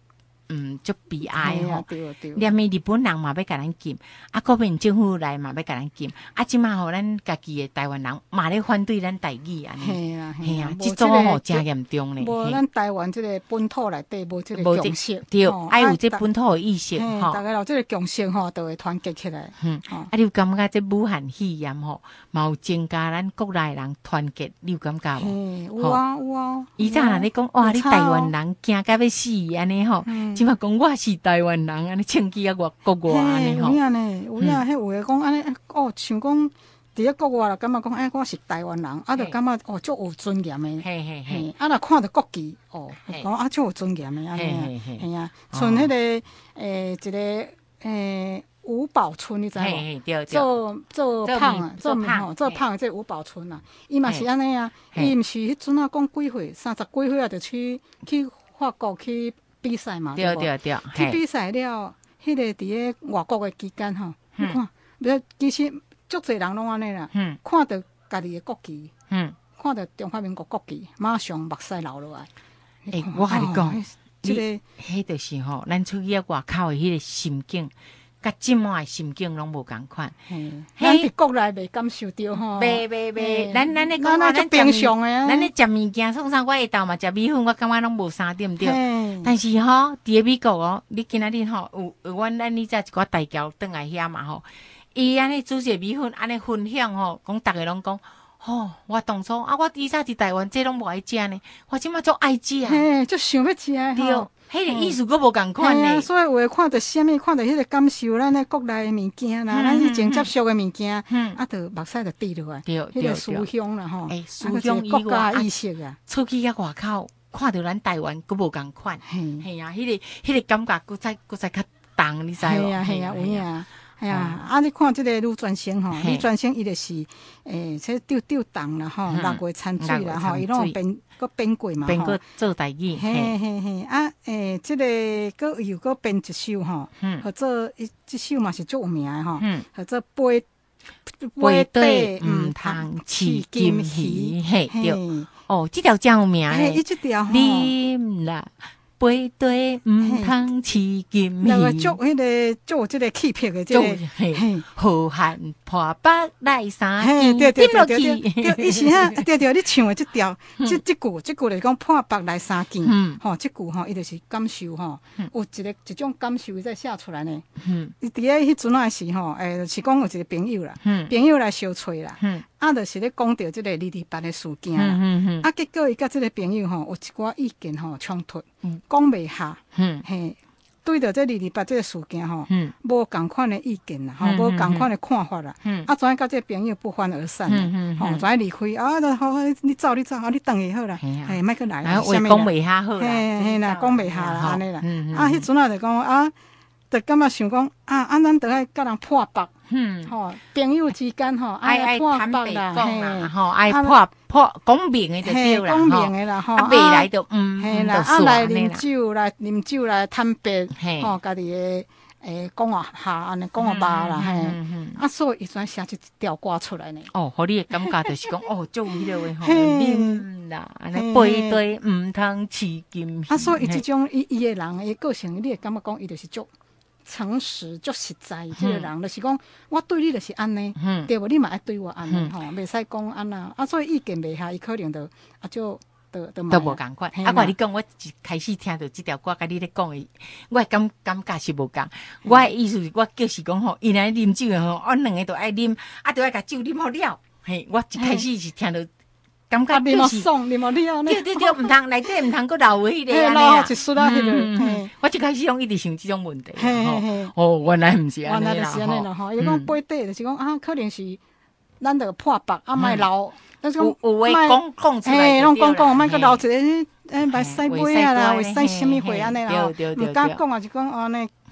嗯，足悲哀吼。 对对。 连伊日本人嘛要甲咱禁，啊，国民政府来嘛要甲咱禁，啊，即马吼咱家己的台湾人嘛咧反对咱台语安尼。 嘿啊嘿啊， 即种吼真严重咧。 无咱台湾即个本土内底无即个共识， 对，爱有即本土的意识吼。 大家有即个共识吼，就会团结起来。 嗯，啊，你有感觉即武汉肺炎吼，嘛有增加咱国内人团结，你有感觉无？ 有啊有啊。 以前人咧讲，哇，你台湾人惊甲要死安尼吼，即马讲我是台湾人安尼，称起啊外国外安尼吼。 有影呢，有影，迄有诶讲安尼，哦，像讲伫咧国外啦，感觉讲，哎，我是台湾人，啊，就感觉哦，足有尊严诶。 嘿嘿嘿。 啊，若看着国旗，哦，讲啊，足有尊严诶安尼。嘿啊，像迄个诶一个诶。吴宝春，你知无？做做胖，做胖，做胖，即吴宝春啊，伊嘛是安尼啊，伊毋是迄阵啊，讲几岁，三十几岁啊，就去去法国去比赛嘛， 对对对， 去比赛了，迄个伫咧外国诶期间吼，你看，其实足侪人拢安尼啦，看到家己诶国旗，看到中华民国国旗，马上目屎流落来。 诶，我甲你讲，即个迄就是吼，咱出去啊外口诶迄个心境。甲即满诶心境拢无共款， 咱伫国内袂感受到吼， 袂袂袂，咱咱咧讲咱咱平常诶， 咱咧食物件，创啥我下昼嘛食米粉，我感觉拢无啥对毋对？但是吼，伫咧美国哦，你今仔日吼有有阮咱你遮一寡大桥转来遐嘛吼，伊安尼煮些米粉，安尼分享吼，讲逐个拢讲。哦，我当初啊，我以前伫台湾，这拢无爱食呢，我即马足爱食， 嘿，足想要食诶吼。迄个意思佫无共款呢， 所以有诶看到啥物，看到迄个感受，咱诶国内诶物件啦，咱以前接触诶物件，啊，就目屎就滴落来，迄个思乡啦吼， 诶，思乡国家意识啊， 出去遐外口看到咱台湾佫无共款，嘿啊，迄个迄个感觉佫再佫再较重，你知无？ 系啊系啊有影。哎呀，啊！你看即个吕传生吼，吕传生伊就是诶，即丢丢档啦吼，六月参水啦吼，伊拢编搁编过嘛吼， 编过做台语， 嘿嘿嘿，啊诶，即个搁又搁编一首吼，或者伊即首嘛是足有名诶吼，或者背背底毋通饲金鱼，嘿对，哦，即条真有名诶， 伊即条吼， 啉啦。背对唔通饲金鱼， 那个做迄个做即个气魄的即个， 好汉破北来三件，对对对对对，伊是哈，对对，你唱的即条，即即句，即句就是讲破北来三件，吼，即句吼，伊就是感受吼，有一个一种感受在写出来呢。伊伫咧迄阵啊是吼，诶，是讲有一个朋友啦，朋友来相找啦。啊，就是咧讲到即个二二八的事件啦，啊，结果伊甲即个朋友吼有一寡意见吼冲突，讲袂下，嘿，对着即二二八即个事件吼，无共款的意见啦，吼，无共款的看法啦，啊，怎样甲即个朋友不欢而散啦，吼，怎样离开啊？就好，你走你走，啊，你等下好啦，嘿，莫搁来啦， 话讲袂下好啦， 嘿嘿啦，讲袂下啦，安尼啦，啊，迄阵啊就讲啊，就感觉想讲啊，啊，咱着爱甲人破白。嗯，吼，朋友之间吼， 爱爱坦白讲啦，吼，爱破破讲明诶就对啦， 讲明诶啦，吼， 啊，未来就嗯， 嘿啦，啊来啉酒来啉酒来坦白，吼，家己诶诶讲话下安尼讲话吧啦，嘿，啊，所以伊阵写一条歌出来呢。 哦，互你诶感觉就是讲，哦，做迄个话吼，啉啦，安尼背对毋通饲金。 啊，所以伊即种伊伊诶人诶个性，你会感觉讲伊就是足。诚实足实在，即个人就是讲，我对你就是安尼，对无？你嘛爱对我安尼吼，袂使讲安那。啊，所以意见袂合，伊可能就啊就就就都无共款。啊，我你讲，我一开始听到即条歌，甲你咧讲诶，我感感觉是无共。我诶意思，我就是讲吼，伊来啉酒诶吼，我两个都爱啉，啊，都爱甲酒啉好了。嘿，我一开始是听到。感觉就是， 对对对，毋通内底毋通搁留迄个安尼啊，一丝啊，迄个。 我一开始拢一直想即种问题，哦，原来毋是安尼啦， 原来就是安尼啦吼。伊讲背底就是讲啊，可能是咱着破白啊，莫留， 有有话讲讲出来， 拢讲讲，莫搁留一个诶，袂使买啊啦，袂使啥物货安尼啦，毋敢讲啊，就讲安尼加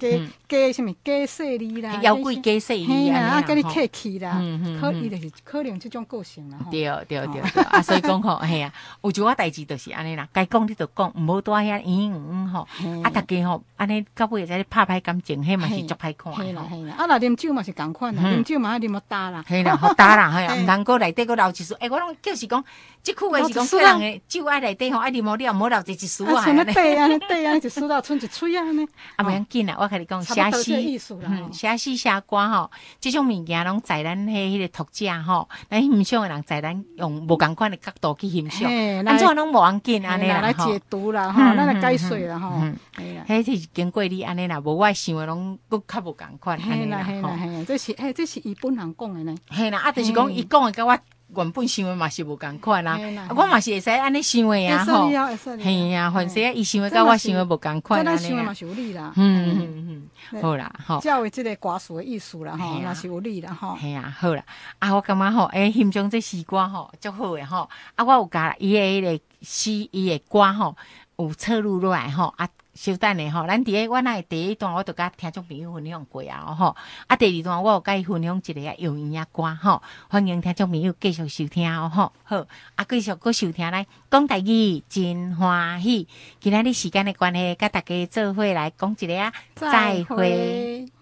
加什么加细腻啦， 妖怪加细腻啊，啊， 安尼甲你客气啦， 嗯嗯可伊就是可能这种个性啦。 对对对对，啊，所以讲吼，嘿啊，有一寡代志就是安尼啦，该讲你就讲，毋好多遐圆圆吼，啊，大家吼安尼到尾在拍歹感情，迄嘛是足歹看嘿啦吼。 嘿啦，啊，若啉酒嘛是共款啦，啉酒嘛爱啉好大啦。 嘿啦，好打啦，嘿啦，毋通过内底个留一丝。诶，我拢就是讲，即句话是讲叫人诶酒爱内底吼，爱啉好了，毋好留一一丝啊。 像咧底安尼底安尼一丝啦，剩一喙啊安尼。 啊，袂要紧啦，我甲你讲，写诗，嗯，写诗写歌吼，即种物件拢在咱迄迄个读者吼，咱欣赏诶人在咱用无共款诶角度去欣赏，安怎拢无要紧安尼啦， 来解读啦，吼，咱来解说啦，吼， 嘿啦，迄是经过你安尼啦，无我想诶拢佫较无共款安尼啦， 嘿啦嘿啦，这是嘿，这是伊本人讲诶呢， 嘿啦，啊，就是讲伊讲诶，甲我原本想诶嘛是无共款啦，我嘛是会使安尼想诶啊，吼，嘿呀，反正伊想诶甲我想诶无共款安尼啦， 嗯嗯嗯，好啦，吼， 教为即个歌词诶意思啦，吼，嘛是有理啦，吼， 嘿啊，好啦，啊，我感觉吼，诶，欣赏这诗歌吼，足好诶吼，啊，我有甲伊诶迄个诗，伊诶歌吼，有侧录落来吼，啊。稍等咧吼，咱伫咧我那第一段我就甲听众朋友分享过啊吼，啊第二段我有甲伊分享一个用音乐歌吼，欢迎听众朋友继续收听哦吼，好，啊继续搁收听来讲台语真欢喜，今仔日时间的关系，甲大家做伙来讲一个啊，再会。